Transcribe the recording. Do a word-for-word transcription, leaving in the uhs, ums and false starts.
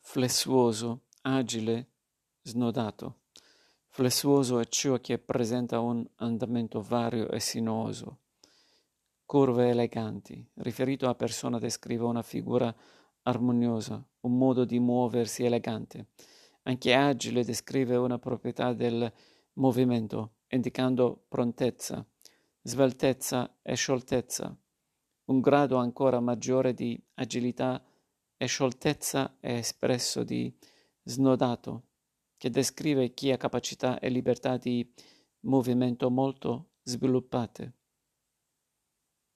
flessuoso, agile, snodato. Flessuoso è ciò che presenta un andamento vario e sinuoso. Curve eleganti. Riferito a persona descrive una figura armoniosa, un modo di muoversi elegante. Anche agile descrive una proprietà del movimento, indicando prontezza, sveltezza e scioltezza. Un grado ancora maggiore di agilità e scioltezza è espresso di snodato, che descrive chi ha capacità e libertà di movimento molto sviluppate.